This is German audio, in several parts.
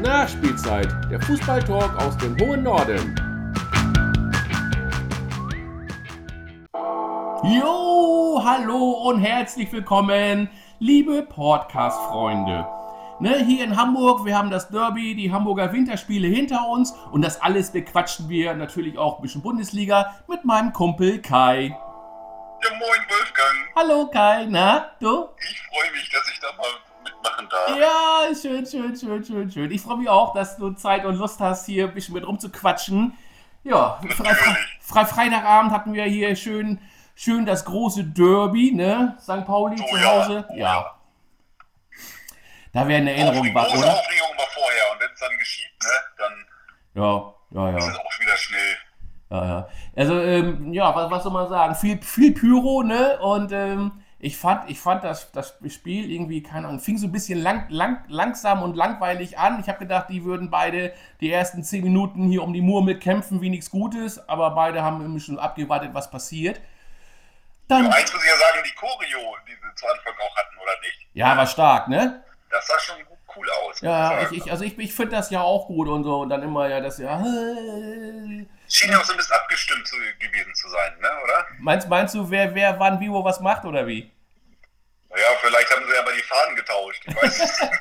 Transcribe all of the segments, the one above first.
Nachspielzeit, der Fußballtalk aus dem hohen Norden. Jo, hallo und herzlich willkommen, liebe Podcast-Freunde. Hier in Hamburg, wir haben das Derby, die Hamburger Winterspiele hinter uns und das alles bequatschen wir natürlich auch ein bisschen Bundesliga mit meinem Kumpel Kai. Ja, moin Wolfgang. Hallo Kai, na, du? Ich freue mich, dass ich da mal mitmachen darf. Ja, schön. Ich freue mich auch, dass du Zeit und Lust hast, hier ein bisschen mit rumzuquatschen. Ja, Freitagabend hatten wir hier schön das große Derby, ne? St. Pauli zu Hause. Ja. Da wäre eine Erinnerung wach, oder? Große Aufregung war vorher und wenn es dann geschieht, ne, dann Ja. ist es auch wieder schnell. Ja. Also, was soll man sagen? Viel Pyro, ne? Und ich fand das Spiel irgendwie, keine Ahnung, fing so ein bisschen langsam und langweilig an. Ich habe gedacht, die würden beide die ersten 10 Minuten hier um die Murmel kämpfen wie nichts Gutes, aber beide haben irgendwie schon abgewartet, was passiert. Dann, Eins muss ich ja sagen, die Choreo, die sie zu Anfang auch hatten, oder nicht? Ja, war stark, ne? Das sah schon cool aus. Ja, ich finde das ja auch gut und so. Und dann immer ja das ja. Schien ja auch so ein bisschen abgestimmt gewesen zu sein, ne, oder? Meinst du, wer wann wie wo was macht oder wie? Naja, vielleicht haben sie ja mal die Fahnen getauscht. Ich weiß es nicht.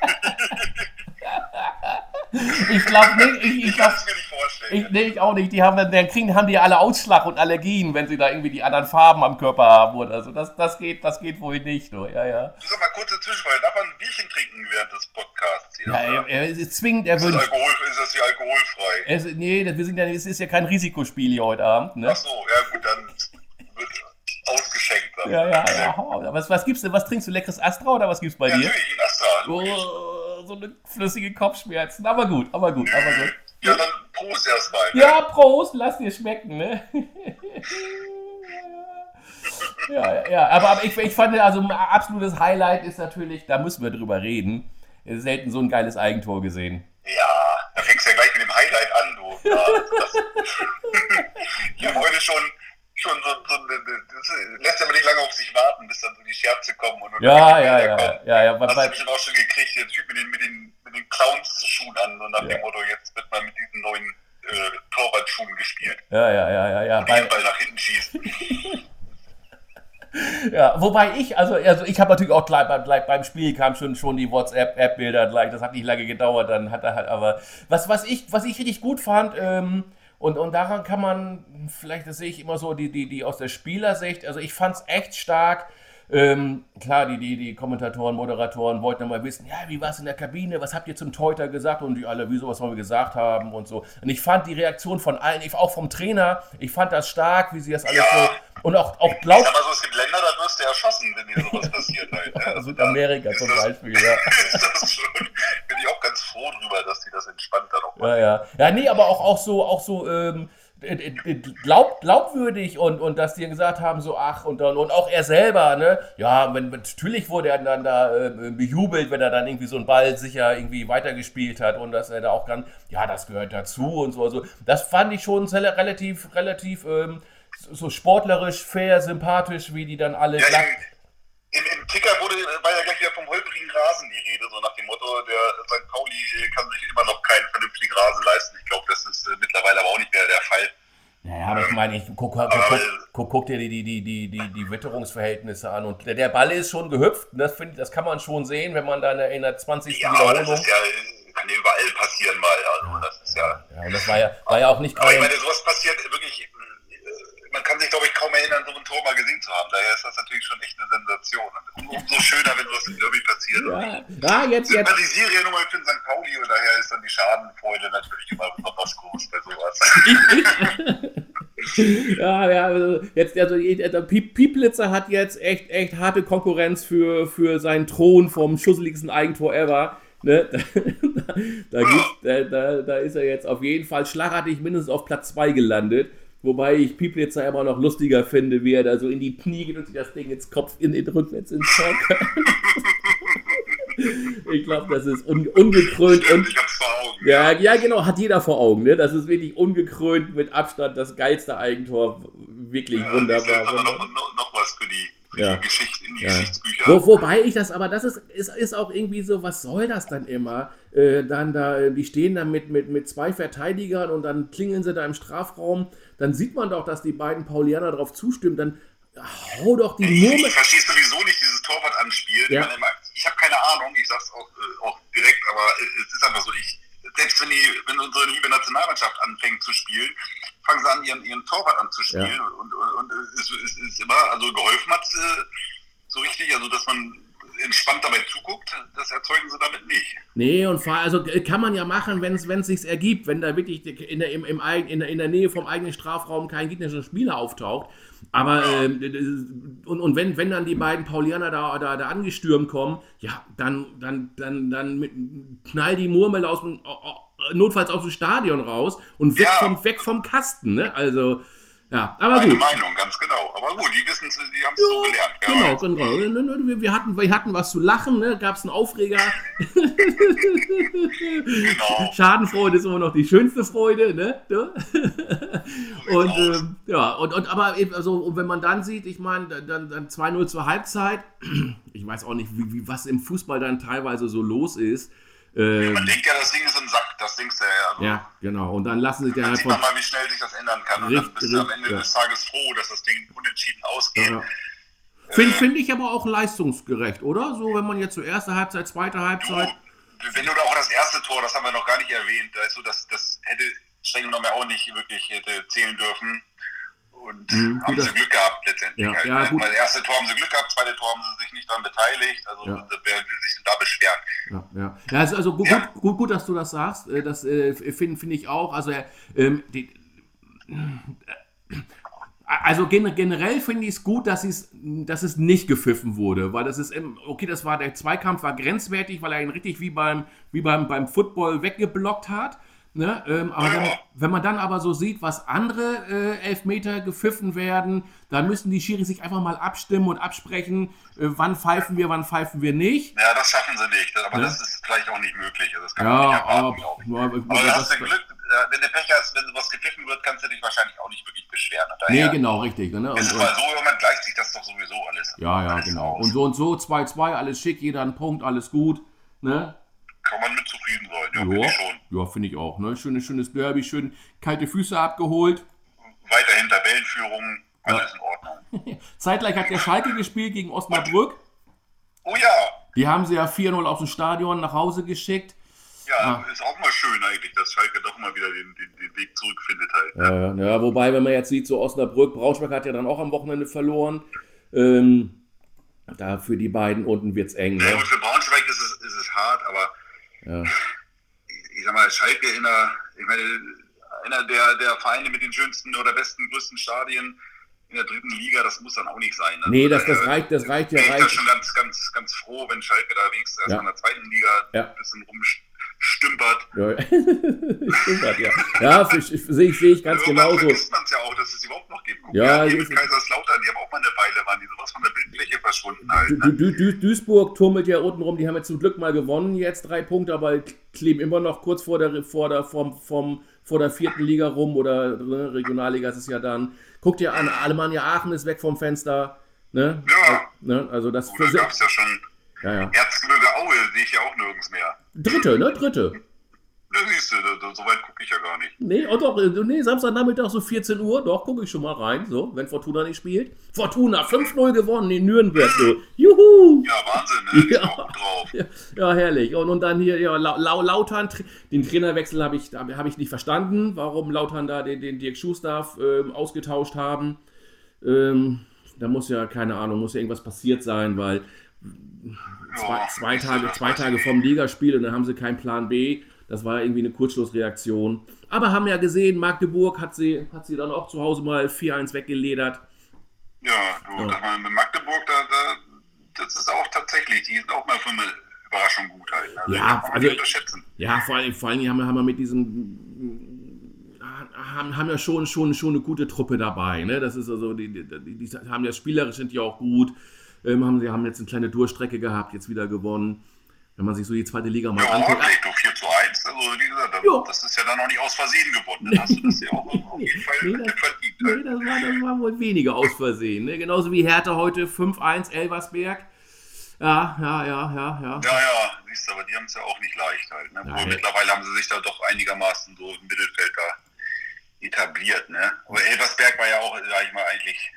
Ich glaube nicht. Ich kann es mir nicht vorstellen. Ich auch nicht. Die haben die ja alle Ausschlag und Allergien, wenn sie da irgendwie die anderen Farben am Körper haben oder so. Das geht wohl nicht. Ja. Du sag mal, kurze Zwischenfrage. Darf man ein Bierchen trinken während des Podcasts hier? Ja, er ist zwingend. Ist das hier alkoholfrei? Es ist ja kein Risikospiel hier heute Abend. Ne? Ach so, ja gut, dann wird ausgeschenkt. Dann. Ja. Was gibt's denn? Was trinkst du? Leckeres Astra oder was gibt's bei dir? Natürlich, ein Astra. So eine flüssige Kopfschmerzen. Aber gut. Ja, dann Prost erstmal. Ne? Ja, Prost, lass dir schmecken, ne? ja, aber ich fand, also ein absolutes Highlight ist natürlich, da müssen wir drüber reden, selten so ein geiles Eigentor gesehen. Ja, da fängst du ja gleich mit dem Highlight an, du. Ja, ich habe heute schon so das lässt aber nicht lange auf sich warten, bis dann so die Scherze kommen. Und Ja. Hast du bestimmt auch schon gekriegt, der Typ mit den Clowns-Schuhen an, so nach dem Motto, jetzt wird mal mit diesen neuen Torwartschuhen gespielt. Ja. Und den Ball nach hinten schießt. Ja, wobei ich habe natürlich auch gleich beim Spiel kam schon die WhatsApp-Bilder gleich, das hat nicht lange gedauert, dann hat er halt, aber was ich richtig gut fand, und daran kann man, vielleicht, das sehe ich immer so, die aus der Spielersicht, also ich fand es echt stark. Klar, die Kommentatoren, Moderatoren wollten dann mal wissen, ja, wie war es in der Kabine, was habt ihr zum Torhüter gesagt und die alle, wieso, was wollen wir gesagt haben und so. Und ich fand die Reaktion von allen, auch vom Trainer, ich fand das stark, wie sie das alles so, und auch glaubt. Ich sag mal so, es gibt Länder, da wirst du erschossen, wenn dir sowas passiert halt. Ne? Südamerika zum Beispiel, ja. Ist das schon, bin ich auch ganz froh drüber, dass die das entspannt dann auch machen. Ja, nee, aber auch so, glaubwürdig und dass die gesagt haben, so und auch er selber, ne, ja, natürlich wurde er dann da bejubelt, wenn er dann irgendwie so einen Ball sicher irgendwie weitergespielt hat und dass er da auch ganz, ja, das gehört dazu und so, also das fand ich schon relativ so sportlerisch, fair, sympathisch, wie die dann alle. Ja, im Ticker war ja gleich wieder vom holprigen Rasen die Rede, so nach dem Motto, der St. Pauli kann sich immer noch keinen vernünftigen Rasen leisten. Ich glaube, das ist mittlerweile aber auch nicht mehr der Fall. Naja, aber ich meine, guck dir die Witterungsverhältnisse an und der Ball ist schon gehüpft, das kann man schon sehen, wenn man da in der 20. Wiederholung. Das ist kann ja überall passieren mal, also das ist ja. Ja, und das war ja auch nicht. Aber ich meine, sowas passiert wirklich. Man kann sich, glaube ich, kaum erinnern, so ein Tor mal gesehen zu haben. Daher ist das natürlich schon echt eine Sensation. Und umso schöner, wenn sowas im Derby passiert. Ja, jetzt. Ich sympathisiere ja nur mal für den St. Pauli und daher ist dann die Schadenfreude natürlich immer besonders groß bei sowas. Pieplitzer hat jetzt echt harte Konkurrenz für seinen Thron vom schusseligsten Eigentor ever. Ne? Da ist er jetzt auf jeden Fall schlagartig mindestens auf Platz 2 gelandet. Wobei ich Pieplitzer immer noch lustiger finde, wie er da so in die Knie geht und sich das Ding ins Kopf rückwärts ins Tor kann. Ich glaube, das ist ungekrönt. Stimmt, ich hab's vor Augen. Ja, genau, hat jeder vor Augen. Ne? Das ist wirklich ungekrönt mit Abstand das geilste Eigentor. Wirklich wunderbar. Noch was für die Ja. Geschichtsbücher. Wobei ich das, aber das ist auch irgendwie so, was soll das dann immer? Die stehen da mit zwei Verteidigern und dann klingeln sie da im Strafraum. Dann sieht man doch, dass die beiden Paulianer darauf zustimmen. Dann hau doch die Murmel. Ich verstehe sowieso nicht dieses Torwart-Anspiel. Ja. Ich habe keine Ahnung, ich sag's auch direkt, aber es ist einfach so, selbst wenn unsere liebe Nationalmannschaft anfängt zu spielen, fangen sie an, ihren Torwart anzuspielen. Ja. Und es ist immer, also geholfen hat so richtig, also dass man entspannt dabei zuguckt, das erzeugen sie damit nicht. Nee, und also kann man ja machen, wenn es sich ergibt, wenn da wirklich in der Nähe vom eigenen Strafraum kein gegnerischer Spieler auftaucht. Aber und wenn dann die beiden Paulianer da angestürmt kommen, ja, dann knall die Murmel notfalls aus dem Stadion raus und weg vom Kasten, ne? Also, ja, aber meine gut. Meinung, ganz genau. Aber gut, die wissen es, die haben es so gelernt. Genau. Wir hatten was zu lachen, ne? Gab es einen Aufreger. Genau. Schadenfreude ist immer noch die schönste Freude, ne? Aber eben, also, wenn man dann sieht, ich meine, dann 2-0 zur Halbzeit, ich weiß auch nicht, was im Fußball dann teilweise so los ist. Man denkt ja, das Ding ist im Sack, das denkst du ja. Also, ja, genau. Und dann lassen sich dann halt sieht man mal, wie schnell sich das ändern kann. Und dann bist du am Ende des Tages froh, dass das Ding unentschieden ausgeht. Ja. Finde ich aber auch leistungsgerecht, oder? So, wenn man jetzt so erste Halbzeit, zweite Halbzeit. Wenn du da auch das erste Tor, das haben wir noch gar nicht erwähnt, also das hätte streng genommen auch nicht wirklich hätte zählen dürfen. Und haben sie Glück gehabt letztendlich. Ja, halt, ja, ne? gut. Weil das erste Tor haben sie Glück gehabt, zweite Tor haben sie sich nicht daran beteiligt. Also wer will sich denn da beschweren? Ja, also gut, dass du das sagst. Das finde ich auch. Also generell finde ich es gut, dass es nicht gepfiffen wurde, weil das ist der Zweikampf war grenzwertig, weil er ihn richtig wie beim Football weggeblockt hat. Ne? Aber wenn man dann aber so sieht, was andere Elfmeter gepfiffen werden, dann müssen die Schiris sich einfach mal abstimmen und absprechen, wann pfeifen wir nicht. Ja, das schaffen sie nicht, aber das ist vielleicht auch nicht möglich. Das kann man nicht erwarten, glaube ich. Aber da hast du Glück, wenn du Pech hast, wenn sowas gepfiffen wird, kannst du dich wahrscheinlich auch nicht wirklich beschweren. Nee, genau, richtig. Ne? Ist es mal so, man gleicht sich das doch sowieso alles. Ja, genau. Aus. Und so 2-2, alles schick, jeder einen Punkt, alles gut. Ne? Kann man mit zufrieden sein, ja, finde ich schon. Ja, finde ich auch. Ne? Schönes Derby, schön kalte Füße abgeholt. Weiterhin Tabellenführung, alles in Ordnung. Zeitgleich hat der Schalke gespielt gegen Osnabrück. Oh ja. Die haben sie ja 4-0 aus dem Stadion nach Hause geschickt. Ja, ist auch mal schön eigentlich, dass Schalke doch mal wieder den Weg zurückfindet halt. Ja, wobei, wenn man jetzt sieht, so Osnabrück, Braunschweig hat ja dann auch am Wochenende verloren. Da für die beiden unten wird es eng. Ja, und für Braunschweig ist es hart, aber ich sag mal, Schalke einer der Vereine mit den schönsten oder besten, größten Stadien in der dritten Liga, das muss dann auch nicht sein. Also, nee, das reicht ja. Ich bin schon ganz froh, wenn Schalke da wenigstens erst in der zweiten Liga ein bisschen rumstümpert. Stümpert, ja. Ja, sehe ich ganz genauso. Vergisst man es ja auch, dass es überhaupt noch gibt. Hier mit Kaiserslautern, die haben auch mal eine Weile, waren die sowas von der Bildfläche verschwunden halt. Ne? Duisburg turmelt ja unten rum, die haben jetzt zum Glück mal gewonnen, jetzt 3 Punkte, aber kleben immer noch kurz vor der vierten Liga rum oder Regionalliga ist es ja dann. Guckt ihr an, Alemannia Aachen ist weg vom Fenster. Ne? Ja. Ne? Also das da gab es ja schon. Ja. Erzgebirge Aue sehe ich ja auch nirgends mehr. Dritte. Ja, siehst du, so weit gucke ich ja gar nicht. Nee, Samstagnachmittag so 14 Uhr, doch, gucke ich schon mal rein, so, wenn Fortuna nicht spielt. Fortuna, 5-0 gewonnen in Nürnberg, so, juhu! Ja, Wahnsinn, ne? Ich bin auch gut drauf. Ja, herrlich. Und dann hier, Lautern, den Trainerwechsel habe ich nicht verstanden, warum Lautern da den Dirk Schuster ausgetauscht haben. Da muss ja, keine Ahnung, muss ja irgendwas passiert sein, weil zwei Tage vorm Ligaspiel und dann haben sie keinen Plan B. Das war irgendwie eine Kurzschlussreaktion. Aber haben ja gesehen, Magdeburg hat sie dann auch zu Hause mal 4-1 weggeledert. Ja, dass man mit Magdeburg, das ist auch tatsächlich, die sind auch mal für eine Überraschung gut halt. Also ja, also unterschätzen. Ja, vor allem haben wir mit diesem haben ja schon eine gute Truppe dabei. Ne? Das ist also, die haben ja spielerisch sind die auch gut. Sie haben jetzt eine kleine Durchstrecke gehabt, jetzt wieder gewonnen. Wenn man sich so die zweite Liga mal anguckt. Ordentlich, 4-2 4:1, also wie gesagt, das ist ja dann noch nicht aus Versehen gewonnen. Dann hast du das ja auch auf jeden Fall verdient. Nee, das war wohl weniger aus Versehen. Ne? Genauso wie Hertha heute 5:1 Elversberg. Ja. Ja, siehst du, aber die haben es ja auch nicht leicht halt. Ne? Obwohl mittlerweile haben sie sich da doch einigermaßen so im Mittelfeld da etabliert. Ne? Aber Elversberg war ja auch, sag ich mal, eigentlich,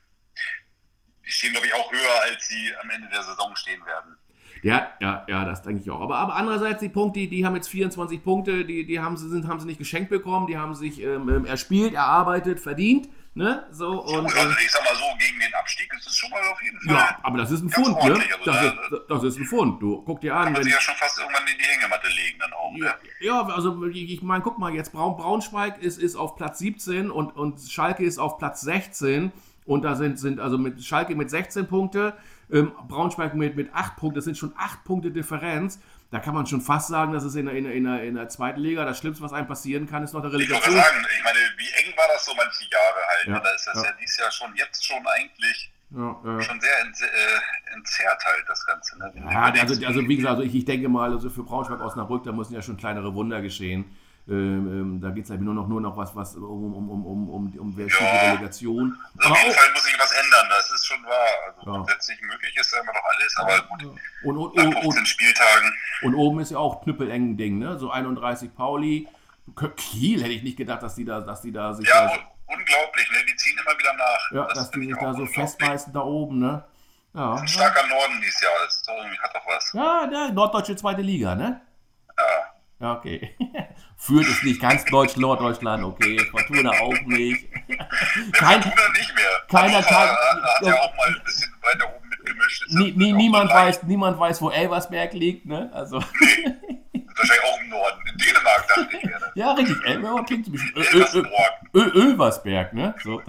die stehen, glaube ich, auch höher, als sie am Ende der Saison stehen werden. Ja, das denke ich auch. Aber andererseits, die Punkte, die haben jetzt 24 Punkte, die haben sie nicht geschenkt bekommen, die haben sich erspielt, erarbeitet, verdient. Ne? So, und, also ich sag mal so, gegen den Abstieg ist es schon mal auf jeden Fall. Ja, aber das ist ein Pfund, ne? Das ist ein Pfund. Du guck dir an. Kann man sich ja schon fast irgendwann in die Hängematte legen dann auch. Ja, also ich meine, guck mal, jetzt Braunschweig ist auf Platz 17 und Schalke ist auf Platz 16 und da sind also mit Schalke mit 16 Punkte, Braunschweig mit 8 Punkten, das sind schon 8 Punkte Differenz. Da kann man schon fast sagen, dass es in der zweiten Liga das Schlimmste, was einem passieren kann, ist noch der Relegation. Ich wollte sagen, ich meine, wie eng war das so manche Jahre halt? Ja, da ist das ja dieses Jahr jetzt schon eigentlich schon sehr entzerrt halt, das Ganze. Ne? Ja, also wie gesagt, ich denke mal, also für Braunschweig-Osnabrück, da müssen ja schon kleinere Wunder geschehen. Da geht es halt nur noch was um wer steht die Relegation. Also auf jeden Fall muss sich was ändern, das ist schon wahr. Also grundsätzlich möglich ist da immer noch alles, aber gut, nach 15 Spieltagen. Und oben ist ja auch knüppeleng Ding, ne? So 31 Pauli. Kiel hätte ich nicht gedacht, dass die da sich... Ja, unglaublich, ne? Die ziehen immer wieder nach. Ja, dass die sich da so festbeißen da oben, ne? Ja. Das ist ein starker Norden dieses Jahr, das ist doch irgendwie, hat doch was. Ja, der norddeutsche zweite Liga, ne? Ja. Ja, okay. Fürth ist nicht ganz Norddeutschland, okay. Fortuna auch nicht. Fortuna nicht mehr. Keiner kann. Hat ja auch mal ein bisschen weiter oben mitgemischt. Niemand weiß, wo Elversberg liegt, ne? Also. Nee. Wahrscheinlich auch im Norden. In Dänemark, dachte ich mir. Ja, richtig. Elversberg klingt so ein bisschen. Ölversberg, ne? So.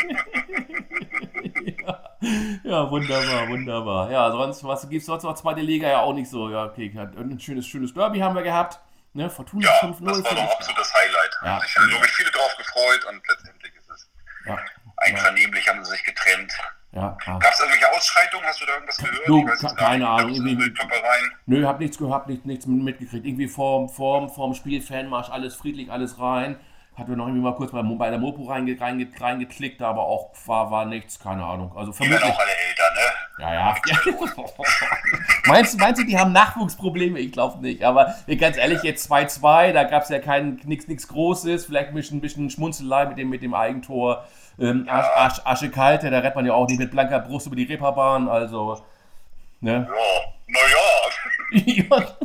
Ja, wunderbar. Ja, sonst, was gibt's sonst noch? Zweite Liga ja auch nicht so. Ja, okay, ein schönes Derby haben wir gehabt. Ne, Fortuna 5-0. Das war doch absolut das Highlight. Ja, sich haben, glaube ich, viele drauf gefreut und letztendlich ist es einvernehmlich, haben sie sich getrennt. Ja. Gab es irgendwelche Ausschreitungen? Hast du da irgendwas gehört? Du, keine Ahnung. Nö, hab nichts gehört, nichts mitgekriegt. Irgendwie vorm Spiel, Fanmarsch, alles friedlich, alles rein. Hatten wir noch irgendwie mal kurz bei der Mopo reingeklickt, aber auch war nichts, keine Ahnung. Also vermutlich. Die werden auch alle älter, ne? Ja. Meinst du, die haben Nachwuchsprobleme? Ich glaube nicht. Aber ganz ehrlich, jetzt 2-2, da gab es ja nichts Großes. Vielleicht ein bisschen Schmunzelei mit dem Eigentor. Asche kalte, da rennt man ja auch nicht mit blanker Brust über die Reeperbahn. Also, ne? Ja, naja.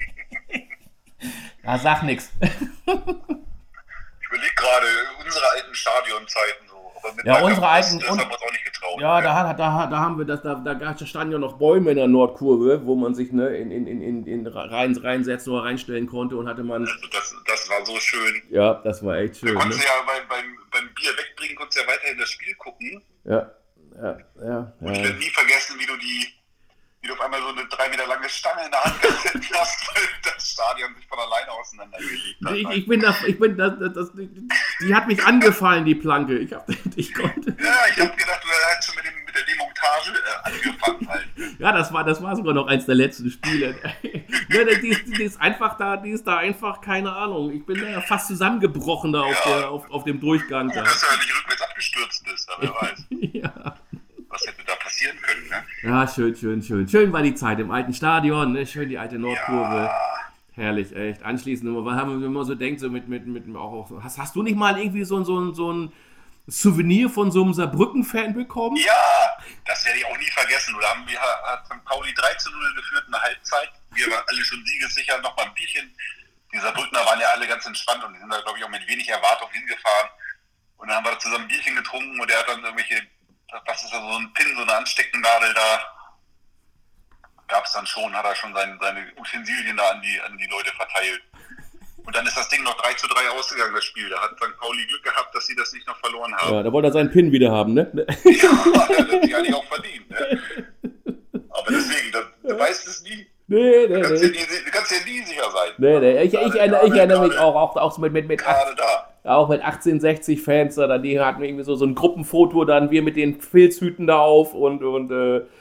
Ja, sag nix. Ich überlege gerade, unsere alten Stadionzeiten so. Aber mit unsere alten. Das haben wir uns auch nicht getraut. Ja, da haben wir da standen ja noch Bäume in der Nordkurve, wo man sich reinsetzen oder reinstellen konnte und hatte man. Also das war so schön. Ja, das war echt schön. Du konntest ja beim Bier wegbringen, konntest ja weiterhin das Spiel gucken. Ja. Und ich werde nie vergessen, wie du auf einmal so eine 3 Meter lange Stange in der Hand gehalten hast, weil das Stadion sich von alleine auseinandergelegt hat. Die hat mich angefallen, die Planke. Ich konnte. Ja, ich habe gedacht, du hättest schon mit der Demontage angefangen halt. Ja, das war sogar noch eins der letzten Spiele. Die ist da einfach, keine Ahnung. Ich bin da ja fast zusammengebrochen da auf dem Durchgang. Gut, dass du ja nicht rückwärts abgestürzt bist, aber wer weiß. Ja. Was hätte da passieren können, ne? Ja, schön. Schön war die Zeit im alten Stadion, ne? Schön die alte Nordkurve. Ja. Herrlich, echt. Anschließend, was haben wir immer so denkt, so mit auch, hast du nicht mal irgendwie so ein Souvenir von so einem Saarbrücken-Fan bekommen? Ja, das werde ich auch nie vergessen. Oder hat St. Pauli 3-0 geführt in der Halbzeit. Wir waren alle schon siegessicher, noch mal ein Bierchen. Die Saarbrückner waren ja alle ganz entspannt und die sind da, glaube ich, auch mit wenig Erwartung hingefahren. Und dann haben wir zusammen ein Bierchen getrunken und der hat dann irgendwelche, was ist da, so ein Pin, so eine Ansteckennadel da. Gab es dann schon, hat er schon seine Utensilien da an die Leute verteilt. Und dann ist das Ding noch 3-3 ausgegangen, das Spiel. Da hat St. Pauli Glück gehabt, dass sie das nicht noch verloren haben. Ja, da wollte er seinen Pin wieder haben, ne? Ja, das hat sich eigentlich auch verdient, ne? Aber deswegen, du weißt es nie. Nee. Du kannst ja nie sicher sein. Nee. Ich erinnere mich auch so mit gerade da. Auch mit 1860 Fans, die hatten irgendwie so ein Gruppenfoto, dann wir mit den Filzhüten da auf und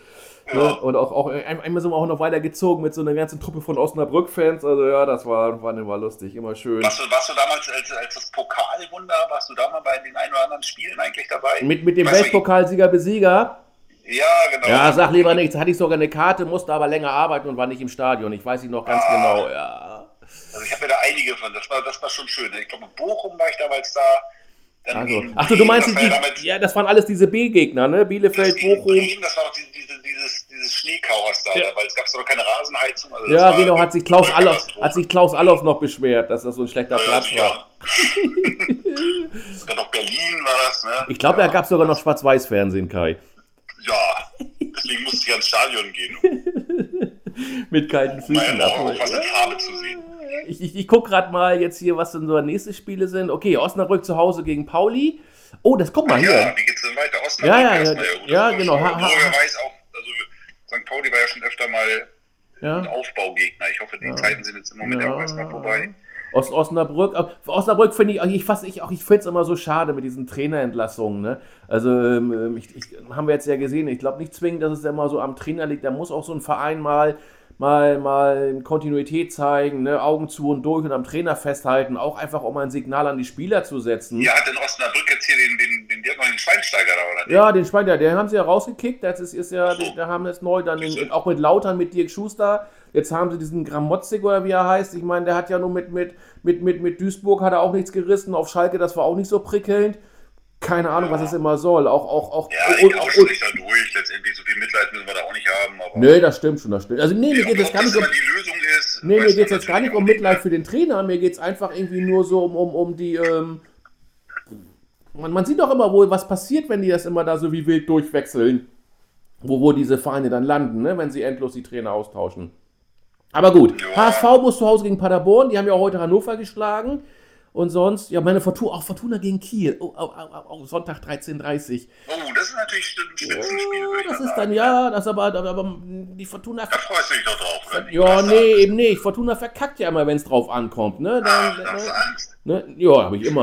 Ne? Und auch einmal sind wir auch noch weitergezogen mit so einer ganzen Truppe von Osnabrück-Fans. Also ja, das war lustig, immer schön. Warst du damals als das Pokalwunder, warst du da mal bei den ein oder anderen Spielen eigentlich dabei? Mit dem Weltpokalsieger-Besieger? Ja, genau. Ja, sag lieber nichts. Hatte ich sogar eine Karte, musste aber länger arbeiten und war nicht im Stadion. Ich weiß nicht noch ganz genau, ja. Also ich habe mir da einige von, das war schon schön. Ich glaube, in Bochum war ich damals da. Also, ach du meinst, das waren alles diese B-Gegner, ne? Bielefeld, Bochum. Das war doch dieses Schneechaos da, weil es gab doch keine Rasenheizung. Also ja, genau, hat sich Klaus Allofs noch beschwert, dass das so ein schlechter Platz war. Dann noch Berlin war das, ne? Ich glaube, da gab es sogar noch Schwarz-Weiß-Fernsehen, Kai. Ja, deswegen musste ich ans Stadion gehen. Mit kalten Füßen. Auch was in Farbe zu sehen. Ich gucke gerade mal jetzt hier, was denn so nächste Spiele sind. Okay, Osnabrück zu Hause gegen Pauli. Oh, das guck mal hier. Ja, wie geht's denn weiter? Osnabrück ja, genau. Wer weiß auch, also St. Pauli war ja schon öfter mal ein Aufbaugegner. Ich hoffe, die Zeiten sind jetzt im Moment auch erstmal vorbei. Osnabrück finde ich finde es immer so schade mit diesen Trainerentlassungen. Ne? Also haben wir jetzt ja gesehen, ich glaube nicht zwingend, dass es immer so am Trainer liegt. Da muss auch so ein Verein mal Kontinuität zeigen, ne? Augen zu und durch und am Trainer festhalten, auch einfach um ein Signal an die Spieler zu setzen. Ja, hat denn Osnabrück jetzt hier den Schweinsteiger da, oder? Ja, den Schweinsteiger, den haben sie ja rausgekickt, da haben jetzt neu dann auch mit Lautern, mit Dirk Schuster, jetzt haben sie diesen Gramotzig oder wie er heißt, ich meine, der hat ja nur mit Duisburg hat er auch nichts gerissen, auf Schalke, das war auch nicht so prickelnd. Keine Ahnung, was es immer soll. Ja, ich auch schon nicht da durch. Letztendlich so viel Mitleid müssen wir da auch nicht haben. Aber nee, das stimmt schon. Also mir geht es gar nicht um. Die Lösung ist, mir geht es jetzt gar nicht um Mitleid für den Trainer. Mir geht es einfach irgendwie nur so um die. Man sieht doch immer wohl, was passiert, wenn die das immer da so wie wild durchwechseln. Wo diese Vereine dann landen, ne? Wenn sie endlos die Trainer austauschen. Aber gut, ja. HSV muss zu Hause gegen Paderborn. Die haben ja auch heute Hannover geschlagen. Und sonst, ja, meine Fortuna gegen Kiel. Sonntag 13:30. Oh, das ist natürlich ein Spitzenspiel. Das ist dann, ja, aber die Fortuna... Da freust du dich doch drauf, oder? Ja, nee, eben nicht. Fortuna verkackt ja immer, wenn es drauf ankommt, ne? Hast du Angst? Ne? Ja, habe ich immer.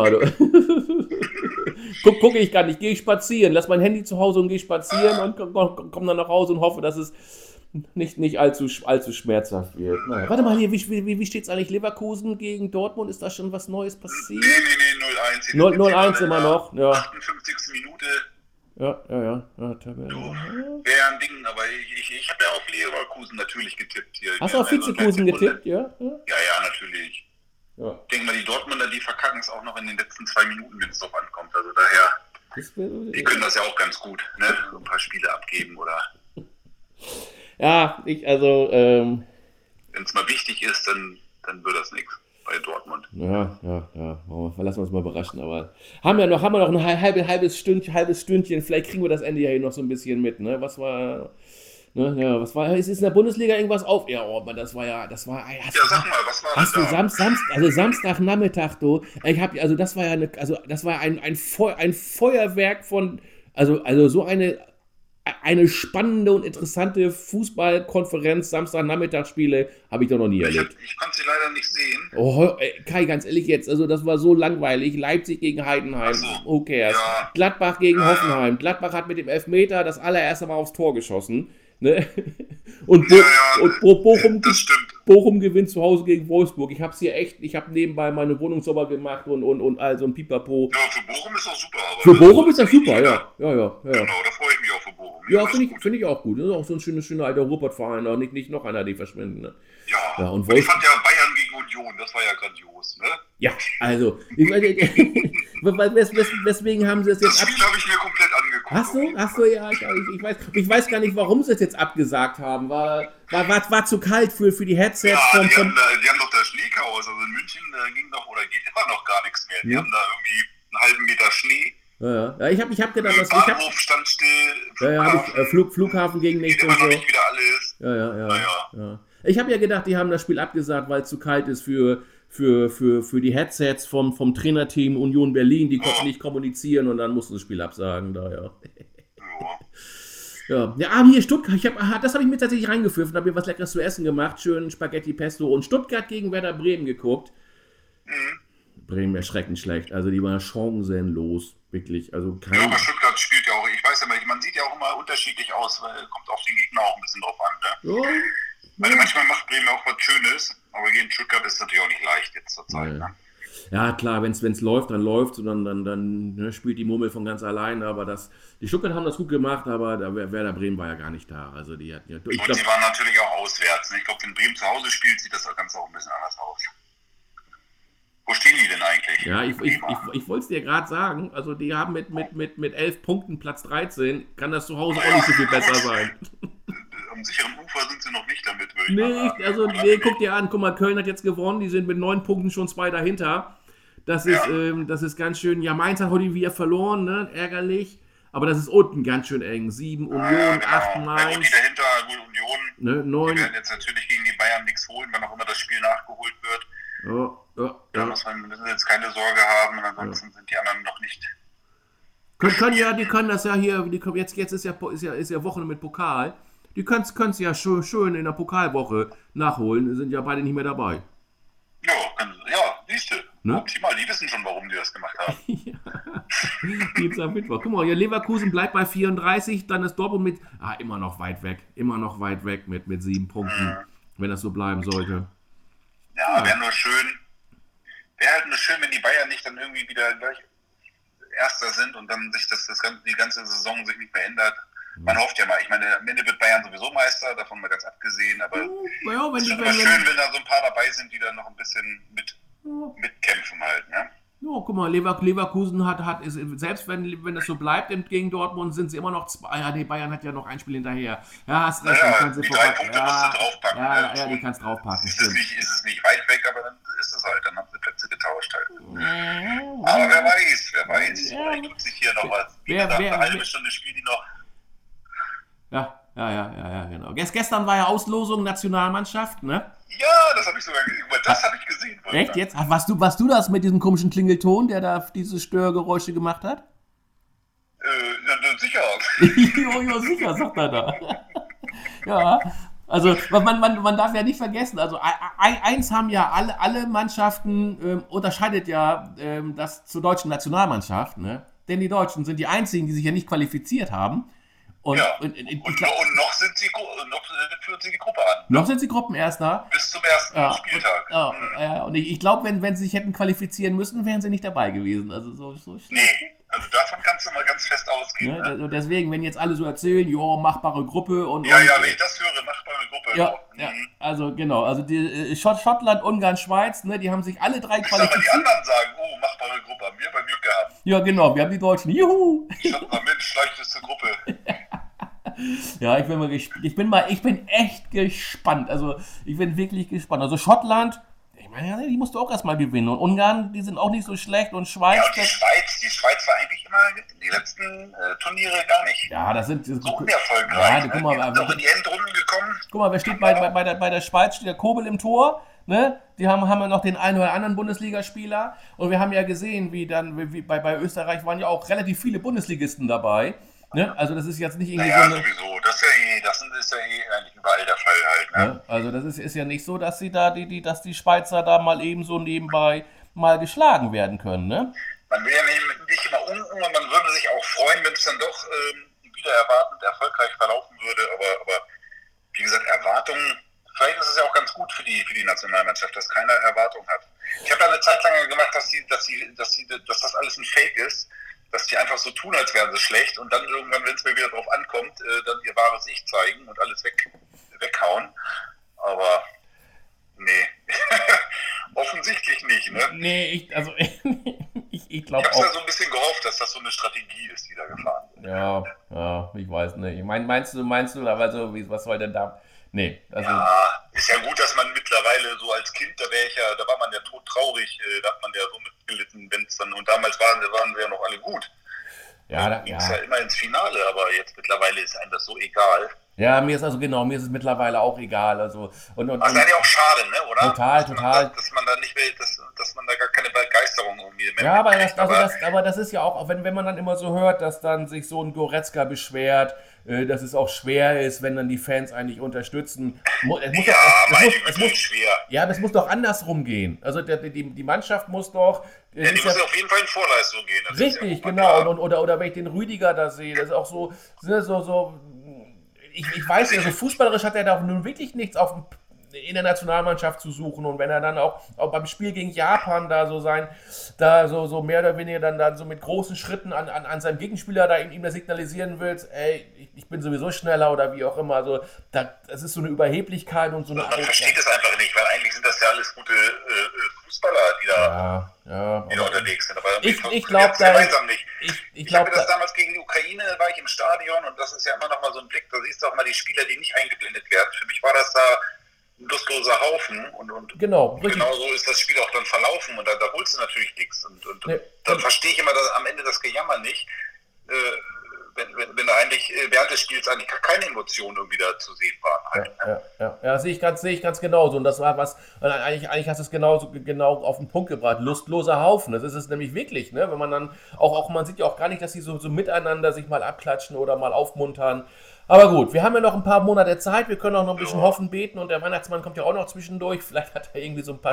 Gucke ich gar nicht. Gehe ich spazieren, lass mein Handy zu Hause und gehe spazieren und komm dann nach Hause und hoffe, dass es nicht allzu schmerzhaft wird. Naja. Warte mal hier, wie steht es eigentlich? Leverkusen gegen Dortmund? Ist da schon was Neues passiert? Nee, 0-1. 0-1 immer noch. Ja. 58. Minute. Ja. Wäre ein Ding, aber ich habe ja auf Leverkusen natürlich getippt hier. Hast du auf Vizekusen getippt? Ja, natürlich. Ja. Ich denke mal, die Dortmunder, die verkacken es auch noch in den letzten 2 Minuten, wenn es drauf ankommt. Also daher, die können das ja auch ganz gut, ne? So ein paar Spiele abgeben oder... Ja, wenn es mal wichtig ist, dann wird das nichts bei Dortmund. Ja. Lassen wir uns mal überraschen, aber haben wir noch ein halbes Stündchen, vielleicht kriegen wir das Ende ja hier noch so ein bisschen mit, ne? Ist in der Bundesliga irgendwas auf? Ja, das war. Ja, sag mal, was war das? Hast du Samstagnachmittag, das war ein Feuerwerk von, also so eine spannende und interessante Fußballkonferenz, Samstagnachmittagsspiele, habe ich doch noch nie erlebt. Ich konnte sie leider nicht sehen. Oh, Kai, ganz ehrlich jetzt, das war so langweilig. Leipzig gegen Heidenheim, who cares? Ja. Gladbach gegen Hoffenheim. Gladbach hat mit dem Elfmeter das allererste Mal aufs Tor geschossen. Ne? Und Bochum gewinnt zu Hause gegen Wolfsburg. Ich habe nebenbei meine Wohnung sauber gemacht und also ein Pipapo. Ja, für Bochum ist das super. Für Bochum ist das super, ja. Genau, da freue ich mich auch für Bochum. Ja, finde ich auch gut. Das ist auch so ein schöner alter Ruppert-Verein, auch nicht noch einer, die verschwinden. Ne? Ja, und ich fand ja Bayern gegen Union, das war ja grandios, ne? Ja, also, weswegen haben sie es jetzt... Das Spiel habe ich mir komplett angeguckt. Hast du? Ja, ich weiß gar nicht, warum sie es jetzt abgesagt haben. War zu kalt für die Headsets. Ja, die haben doch das Schneechaos, also in München geht immer noch gar nichts mehr. Die haben da irgendwie einen halben Meter Schnee. Ja, ich hab gedacht, dass Bahnhof stand still. Flughafen ging nicht und so. Nicht wieder alles. Ja. Ich habe ja gedacht, die haben das Spiel abgesagt, weil es zu kalt ist für die Headsets vom Trainerteam Union Berlin. Die konnten nicht kommunizieren und dann mussten sie das Spiel absagen. Ja, hier Stuttgart. Das habe ich mir tatsächlich reingepfiffen. Habe mir was Leckeres zu essen gemacht. Schön Spaghetti Pesto und Stuttgart gegen Werder Bremen geguckt. Bremen erschreckend schlecht. Also die waren chancenlos. Wirklich. Also aber Stuttgart spielt ja auch, ich weiß ja mal, man sieht ja auch immer unterschiedlich aus, weil kommt auf den Gegner auch ein bisschen drauf an. Ne? Ja. Weil manchmal macht Bremen auch was Schönes, aber gegen Stuttgart ist es natürlich auch nicht leicht jetzt zur Zeit. Ja. Ne? Ja, klar, wenn es läuft, dann läuft es und dann ne, spielt die Murmel von ganz allein. Aber die Stuttgart haben das gut gemacht, aber Werder Bremen war ja gar nicht da. Also die hatten ja, Und sie waren natürlich auch auswärts. Ne? Ich glaube, wenn Bremen zu Hause spielt, sieht das Ganze auch ein bisschen anders aus. Wo stehen die denn eigentlich? Ja, ich wollte es dir gerade sagen. Also die haben mit 11 Punkten Platz 13. Kann das zu Hause auch nicht so viel besser sein. Am sicheren Ufer sind sie noch nicht damit, würde ich mal sagen. Nee, guck dir an. Guck mal, Köln hat jetzt gewonnen. Die sind mit 9 Punkten schon 2 dahinter. Das ist ganz schön. Ja, Mainz hat heute wieder verloren, ne? Ärgerlich. Aber das ist unten ganz schön eng. 7 Union, genau. 8 Mainz. Ja, gut, die dahinter, gut, Union. Ne, 9. Die werden jetzt natürlich gegen die Bayern nichts holen, wann auch immer das Spiel nachgeholt wird. Da müssen wir jetzt keine Sorge haben. Und ansonsten sind die anderen noch nicht. Die können das ja hier. Jetzt ist ja Wochenende mit Pokal. Die können es ja schön in der Pokalwoche nachholen. Die sind ja beide nicht mehr dabei. Ja, siehst du. Ne? Optimal, die wissen schon, warum die das gemacht haben. Jetzt am Mittwoch. Guck mal, Leverkusen bleibt bei 34, dann ist Dortmund mit, immer noch weit weg mit 7 Punkten, wenn das so bleiben sollte. Ja, wäre halt nur schön, wenn die Bayern nicht dann irgendwie wieder gleich Erster sind und dann sich die ganze Saison sich nicht mehr ändert. Man hofft ja mal, ich meine, am Ende wird Bayern sowieso Meister, davon mal ganz abgesehen, aber es ist immer schön, wenn da so ein paar dabei sind, die dann noch ein bisschen mitkämpfen halt, ne? Ja, guck mal, Leverkusen selbst wenn das so bleibt gegen Dortmund, sind sie immer noch Bayern hat ja noch ein Spiel hinterher. Ja, hast recht, die 3 Punkte musst du draufpacken. Ja, die kannst draufpacken. Ist es nicht weit weg, aber dann ist es halt, dann haben sie Plätze getauscht halt. Aber wer weiß, vielleicht tut sich hier noch was. Wie gesagt, eine halbe Stunde spielen die noch. Ja, genau. Gestern war ja Auslosung Nationalmannschaft, ne? Ja, das habe ich sogar gesehen. Das habe ich gesehen. Echt jetzt? Warst du das mit diesem komischen Klingelton, der da diese Störgeräusche gemacht hat? Sicher. jo, sicher, sagt er da. Ja, also man darf ja nicht vergessen, also eins haben ja alle Mannschaften, unterscheidet ja das zur deutschen Nationalmannschaft, ne? Denn die Deutschen sind die einzigen, die sich ja nicht qualifiziert haben. Und noch führen sie die Gruppe an. Noch sind sie Gruppenerster. Bis zum ersten Spieltag. Und ich glaube, wenn sie sich hätten qualifizieren müssen, wären sie nicht dabei gewesen. Also nee, also davon kannst du mal ganz fest ausgehen. Ja, ne? Deswegen, wenn jetzt alle so erzählen, machbare Gruppe und... Ja, wenn ich das höre, machbare Gruppe. Ja, also genau, also die Schottland, Ungarn, Schweiz, ne, die haben sich alle 3 qualifiziert. Aber die anderen sagen, machbare Gruppe, haben wir beim Glück gehabt. Ja, genau, wir haben die Deutschen, juhu! Ich sag mal, Mensch, leichteste Gruppe. Ja, ich bin echt gespannt. Also, ich bin wirklich gespannt. Also, Schottland, ich meine, die musst du auch erstmal gewinnen. Und Ungarn, die sind auch nicht so schlecht. Und Schweiz. Ja, und die Schweiz war eigentlich immer in die letzten Turniere gar nicht so unerfolgreich. Ja, guck mal, die sind auch in die Endrunden gekommen. Guck mal, wer steht bei der Schweiz? Steht der Kobel im Tor. Ne? Die haben ja noch den einen oder anderen Bundesligaspieler. Und wir haben ja gesehen, wie bei Österreich waren ja auch relativ viele Bundesligisten dabei. Ne? Also das ist jetzt nicht irgendwie sowieso. Das ist ja eigentlich überall der Fall halt. Ne? Ja, also das ist ja nicht so, dass dass die Schweizer da mal eben so nebenbei mal geschlagen werden können, ne? Man will ja nicht immer unten und man würde sich auch freuen, wenn es dann doch wieder erwartend erfolgreich verlaufen würde. Aber wie gesagt, Erwartungen, vielleicht ist es ja auch ganz gut für die Nationalmannschaft, dass keiner Erwartung hat. Ich habe da eine Zeit lang gemacht, dass das alles ein Fake ist. Dass die einfach so tun, als wären sie schlecht und dann irgendwann, wenn es mir wieder drauf ankommt, dann ihr wahres Ich zeigen und alles weghauen. Aber nee, offensichtlich nicht, ne? Nee, ich glaube auch. Ich habe ja so ein bisschen gehofft, dass das so eine Strategie ist, die da gefahren wird. Ja, ich weiß nicht. Meinst du, aber so, was soll denn da... Nee, also... Ja, ist ja gut, dass man mittlerweile so als Kind, da war man ja todtraurig, da hat man ja so mitgelitten, wenn es dann, und damals waren wir ja noch alle gut. Ja, da ging es ja immer ins Finale, aber jetzt mittlerweile ist einem das so egal. Ja, mir ist es mittlerweile auch egal. Also, das ist eigentlich auch schade, ne, oder? Total. Dass man da nicht will, dass man da gar keine Begeisterung irgendwie mehr aber das ist ja auch, wenn man dann immer so hört, dass dann sich so ein Goretzka beschwert, dass es auch schwer ist, wenn dann die Fans eigentlich unterstützen. Schwer. Ja, aber es muss doch andersrum gehen. Also die Mannschaft muss doch... Die muss auf jeden Fall in Vorleistung gehen. Das richtig, genau. Oder wenn ich den Rüdiger da sehe, das ist auch so... Ich weiß ja, so fußballerisch hat er da nun wirklich nichts in der Nationalmannschaft zu suchen, und wenn er dann auch beim Spiel gegen Japan da so so mehr oder weniger dann so mit großen Schritten an seinem Gegenspieler da ihm das signalisieren will, ey, ich bin sowieso schneller oder wie auch immer, also das ist so eine Überheblichkeit und so eine... Man versteht es einfach nicht, weil eigentlich sind das ja alles gute Fußballer, die da unterwegs sind. Aber ich glaube gemeinsam nicht. Ich habe das damals gegen die Ukraine, war ich im Stadion, und das ist ja immer noch mal so ein Blick, da siehst du auch mal die Spieler, die nicht eingeblendet werden. Für mich war das da ein lustloser Haufen, und genau so ist das Spiel auch dann verlaufen, und da holst du natürlich nichts, und dann verstehe ich immer am Ende das Gejammer nicht, wenn da eigentlich während des Spiels eigentlich gar keine Emotionen irgendwie da zu sehen waren. Ja, sehe ich ganz genauso, und das war was, eigentlich hast du es genau auf den Punkt gebracht, lustloser Haufen, das ist es nämlich wirklich, ne? Wenn man dann auch man sieht ja auch gar nicht, dass sie so miteinander sich mal abklatschen oder mal aufmuntern. Aber gut, wir haben ja noch ein paar Monate Zeit, wir können auch noch ein bisschen hoffen, beten, und der Weihnachtsmann kommt ja auch noch zwischendurch. Vielleicht hat er irgendwie so ein paar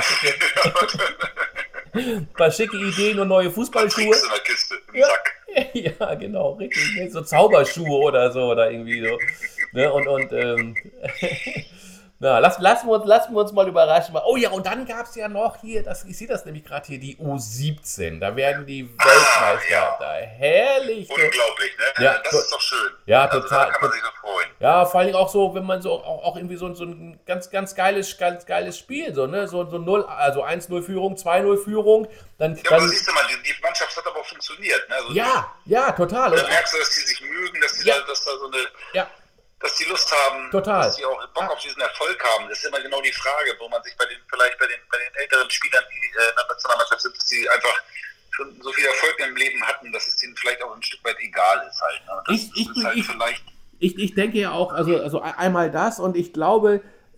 schicke Ideen und neue Fußballschuhe. In der Kiste, im Sack. Ja, genau, richtig. So Zauberschuhe oder so, oder irgendwie so. Ne? Na, lassen wir uns mal überraschen. Oh ja, und dann gab es ja noch hier, ich sehe das nämlich gerade hier, die U17. Da werden die Weltmeister da. Herrlich. Unglaublich, ne? Ja, das ist doch schön. Ja, total. Da kann man sich noch freuen. Ja, vor allem auch so, wenn man so auch irgendwie so ein ganz geiles Spiel, so, ne? So 0, also 1-0 Führung, 2-0 Führung. Dann aber siehst du mal, die Mannschaft hat aber auch funktioniert, ne? Also ja, total. Da merkst du, dass die sich mögen, dass da so eine... Ja. Dass die Lust haben, dass die auch Bock auf diesen Erfolg haben. Das ist immer genau die Frage, wo man sich bei den älteren Spielern, die in der Nationalmannschaft sind, dass die einfach schon so viel Erfolg im Leben hatten, dass es denen vielleicht auch ein Stück weit egal ist halt. Ne? Ich denke ja auch, also einmal das, und ich glaube,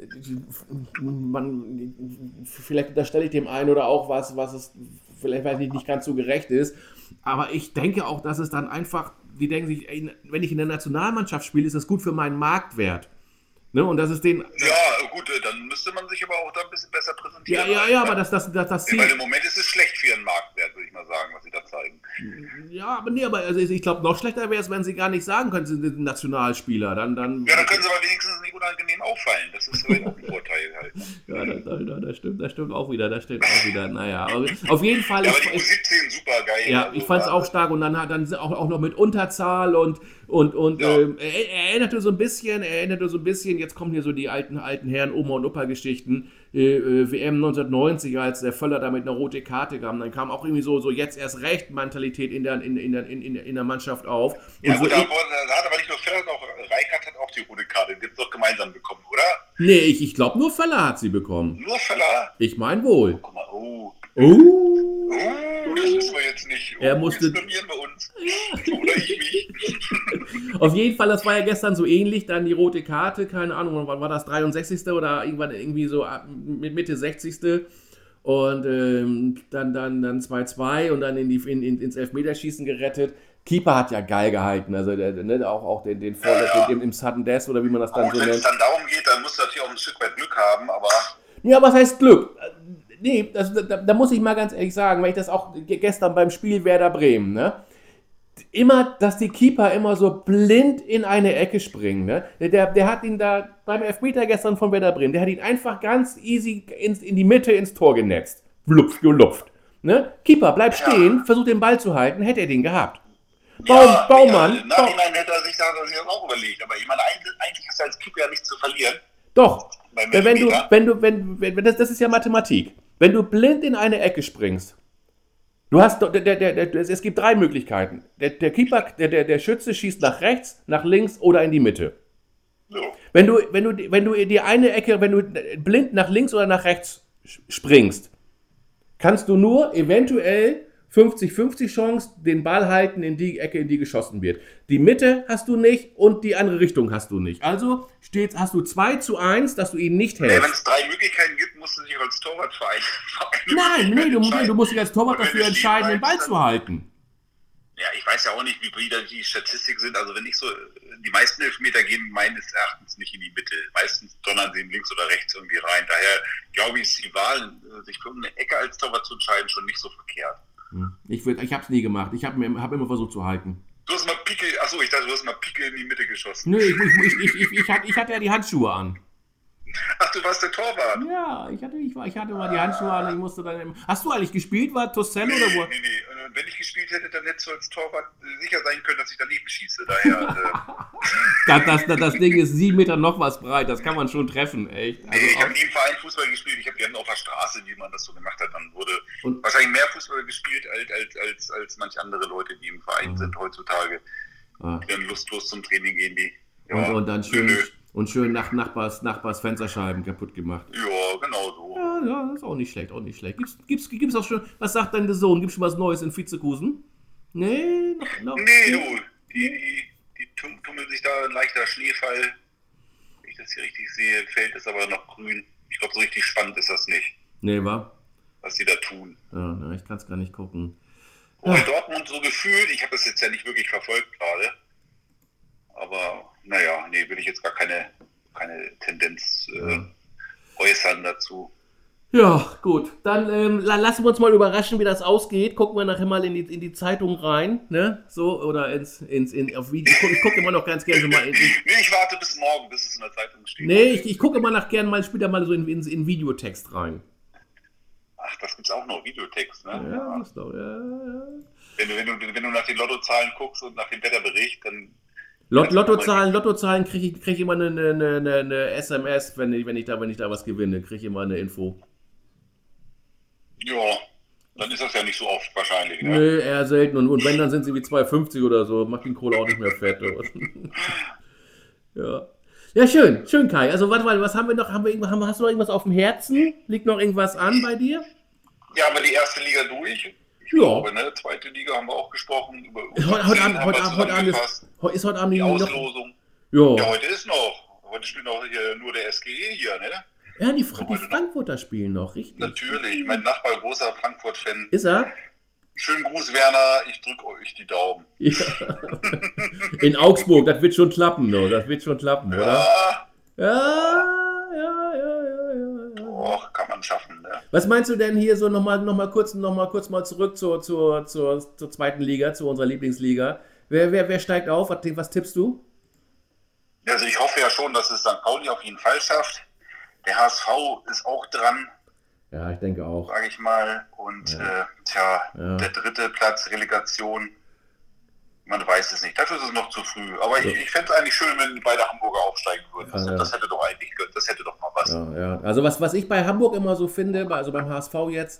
vielleicht unterstelle ich dem einen oder auch was es vielleicht nicht ganz so gerecht ist, aber ich denke auch, dass es dann einfach, die denken sich, ey, wenn ich in der Nationalmannschaft spiele, ist das gut für meinen Marktwert. Ne? Und das ist den... Ja, gut, dann müsste man sich aber auch da ein bisschen besser präsentieren. Ja, aber das Ziel... Weil im Moment ist es schlecht für ihren Marktwert, würde ich mal sagen, was sie da zeigen. Ja, aber also ich glaube, noch schlechter wäre es, wenn sie gar nicht sagen können, sie sind Nationalspieler. Ja, dann können sie aber wenigstens nicht unangenehm auffallen. Das ist vielleicht auch ein Vorteil halt. Ja, das stimmt auch wieder. Naja, aber auf jeden Fall... Ja, aber die U17 super geil. Ja, ich fand es auch stark, und dann auch noch mit Unterzahl und erinnerte so ein bisschen, jetzt kommen hier so die alten Herren, Oma- und Opa-Geschichten, WM 1990, als der Völler da mit einer rote Karte kam, dann kam auch irgendwie so jetzt erst recht Mentalität in der Mannschaft auf. Ja, und da hat aber nicht nur Völler, auch Reichert hat auch die rote Karte, die haben doch gemeinsam bekommen, oder? Nee, ich glaube, nur Völler hat sie bekommen. Nur Völler? Ich meine wohl. Guck mal, das wissen wir jetzt nicht. Er musste... Jetzt blamieren wir uns. Oder ich mich. Auf jeden Fall, das war ja gestern so ähnlich, dann die rote Karte, keine Ahnung, wann war das, 63. oder irgendwann irgendwie so mit Mitte 60. Und dann 2-2 und dann ins Elfmeterschießen gerettet. Keeper hat ja geil gehalten, also auch den Vorwurf im Sudden Death, oder wie man das dann so nennt. Wenn es dann darum geht, dann musst du natürlich auch ein Stück weit Glück haben, aber... Ja, was heißt Glück? Nee, da muss ich mal ganz ehrlich sagen, weil ich das auch gestern beim Spiel Werder Bremen, ne? Immer, dass die Keeper immer so blind in eine Ecke springen, ne? Der hat ihn da beim Elfmeter gestern von Werder Bremen, der hat ihn einfach ganz easy in die Mitte ins Tor genetzt. Gelupft. Ne? Keeper, bleib stehen, versuch den Ball zu halten, hätte er den gehabt. Baumann. Im Nachhinein hätte er sich das auch überlegt, aber ich meine, eigentlich hast du als Keeper ja nichts zu verlieren. Doch. Das ist ja Mathematik. Wenn du blind in eine Ecke springst, es gibt 3 Möglichkeiten. Der Keeper, der Schütze schießt nach rechts, nach links oder in die Mitte. So. Wenn du die eine Ecke, wenn du blind nach links oder nach rechts springst, kannst du nur eventuell 50-50 Chance den Ball halten in die Ecke, in die geschossen wird. Die Mitte hast du nicht und die andere Richtung hast du nicht. Also hast du 2-1, dass du ihn nicht hältst. Wenn es 3 Möglichkeiten gibt, musst du dich als Torwart vereinen. Nein, du musst dich als Torwart dafür entscheiden, den Ball zu halten. Ja, ich weiß ja auch nicht, wie wieder die Statistiken sind. Also wenn ich so, die meisten Elfmeter gehen meines Erachtens nicht in die Mitte. Meistens donnern sie links oder rechts irgendwie rein. Daher glaube ich, ist die Wahl, sich für eine Ecke als Torwart zu entscheiden, schon nicht so verkehrt. Ich habe es nie gemacht. Ich habe immer versucht zu halten. Du hast mal Pickel, achso, ich dachte, du hast mal Pickel in die Mitte geschossen. Nö, ich hatte ja die Handschuhe an. Ach, du warst der Torwart? Ja, ich hatte mal die Handschuhe an, ich musste dann. Hast du eigentlich gespielt, war Tosello oder wo? Nee. Und wenn ich gespielt hätte, dann hättest du als Torwart sicher sein können, dass ich daneben schieße. Daher. Das Ding ist 7 Meter noch was breit, das kann man schon treffen, echt. Also nee, ich habe nie im Verein Fußball gespielt, ich habe gerne auf der Straße, wie man das so gemacht hat. Dann wurde wahrscheinlich mehr Fußball gespielt als manche andere Leute, die im Verein sind heutzutage. Die dann lustlos zum Training gehen, die. Ja, und dann schön nach Nachbars Fensterscheiben kaputt gemacht. Ja, genau so. Ja, ist auch nicht schlecht. Gibt's auch schon, was sagt dein Sohn? Gibt's schon was Neues in Vizekusen? Nee, noch. Nee, du, die tummeln sich da, ein leichter Schneefall. Wenn ich das hier richtig sehe, Feld ist aber noch grün. Ich glaube, so richtig spannend ist das nicht. Nee, wa? Was die da tun. Ja, ich kann es gar nicht gucken. Bei Dortmund so gefühlt, ich habe das jetzt ja nicht wirklich verfolgt gerade. Aber naja, will ich jetzt gar keine Tendenz äußern dazu. Ja, gut. Dann lassen wir uns mal überraschen, wie das ausgeht. Gucken wir nachher mal in die Zeitung rein, ne? So, oder auf Video. Ich gucke immer noch ganz gerne so mal ich warte bis morgen, bis es in der Zeitung steht. Nee, ich gucke immer gerne mal später mal so in Videotext rein. Ach, das gibt's auch noch, Videotext, ne? Ja, gibt's doch, ja. Wenn du nach den Lottozahlen guckst und nach dem Wetterbericht, dann Lottozahlen kriege ich immer eine SMS, wenn ich da was gewinne, kriege ich immer eine Info. Ja, dann ist das ja nicht so oft wahrscheinlich, ne? Nö, eher selten. Und wenn, dann sind sie wie 2,50 oder so. Macht den Kohle auch nicht mehr fett. Ja. Ja, schön, Kai. Also, warte mal, was haben wir noch? Hast du noch irgendwas auf dem Herzen? Liegt noch irgendwas an bei dir? Ja, aber die erste Liga durch. Ich glaube, ne? Zweite Liga haben wir auch gesprochen. Heute Abend die Auslosung. Ja, heute ist noch. Heute spielt noch hier nur der SGE hier, ne? Ja, die Frankfurter spielen noch, richtig. Natürlich, mein Nachbar, großer Frankfurt-Fan. Ist er? Schönen Gruß, Werner, ich drücke euch die Daumen. Ja. In Augsburg, das wird schon klappen, oder? Ja. Doch, kann man schaffen, ne? Was meinst du denn hier so noch mal kurz zurück zur zweiten Liga, zu unserer Lieblingsliga? Wer steigt auf? Was tippst du? Also ich hoffe ja schon, dass es St. Pauli auf jeden Fall schafft. Der HSV ist auch dran. Ja, ich denke auch. Sage ich mal. Und der dritte Platz, Relegation, man weiß es nicht. Dafür ist es noch zu früh. Aber ich fände es eigentlich schön, wenn beide Hamburger aufsteigen würden. Das hätte doch mal was. Ja. Also was ich bei Hamburg immer so finde, also beim HSV jetzt,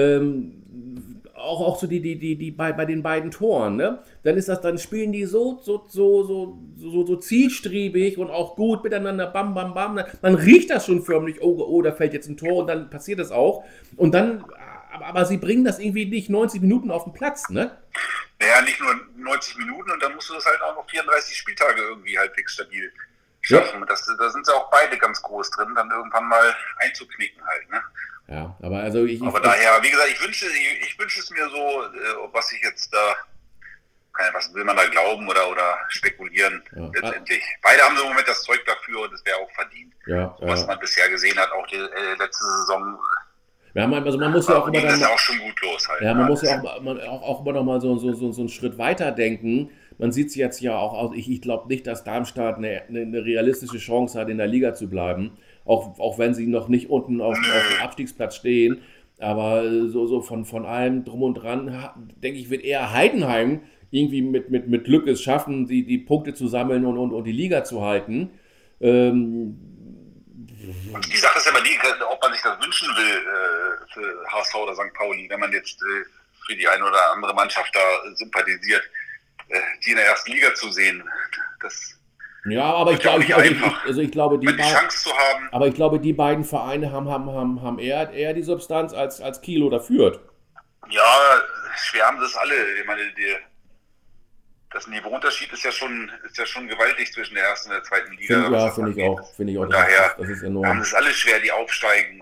auch so die bei den beiden Toren, ne? Dann spielen die so zielstrebig und auch gut miteinander, bam, bam, bam. Man riecht das schon förmlich, oh, da fällt jetzt ein Tor und dann passiert das auch. Und dann, aber sie bringen das irgendwie nicht 90 Minuten auf den Platz, ne? Naja, nicht nur 90 Minuten und dann musst du das halt auch noch 34 Spieltage irgendwie halbwegs stabil schaffen. Ja. Da sind sie auch beide ganz groß drin, dann irgendwann mal einzuknicken halt, ne? Ja, aber daher, wie gesagt, ich wünsche es mir so, was ich jetzt da, was will man da glauben oder spekulieren letztendlich. Beide haben so im Moment das Zeug dafür und es wäre auch verdient. Ja, was man bisher gesehen hat, auch die letzte Saison. Ja, man muss ja auch immer das ist ja auch schon gut los halt. Ja, man muss ja auch immer noch mal so einen Schritt weiter denken. Man sieht es jetzt ja auch aus. Ich glaube nicht, dass Darmstadt eine realistische Chance hat, in der Liga zu bleiben. Auch wenn sie noch nicht unten auf dem Abstiegsplatz stehen. Aber so von allem drum und dran, denke ich, wird eher Heidenheim irgendwie mit Glück es schaffen, die Punkte zu sammeln und die Liga zu halten. Und die Sache ist aber die, ob man sich das wünschen will für HSV oder St. Pauli, wenn man jetzt für die eine oder andere Mannschaft da sympathisiert, die in der ersten Liga zu sehen. Ja, aber ich glaube, die Chance zu haben. Aber ich glaube, die beiden Vereine haben eher die Substanz als Kiel oder Fürth. Ja, schwer haben das alle. Ich meine, das Niveauunterschied ist ja schon gewaltig zwischen der ersten und der zweiten Liga. Finde ich auch. Daher das ist enorm. Haben das alle schwer, die aufsteigen.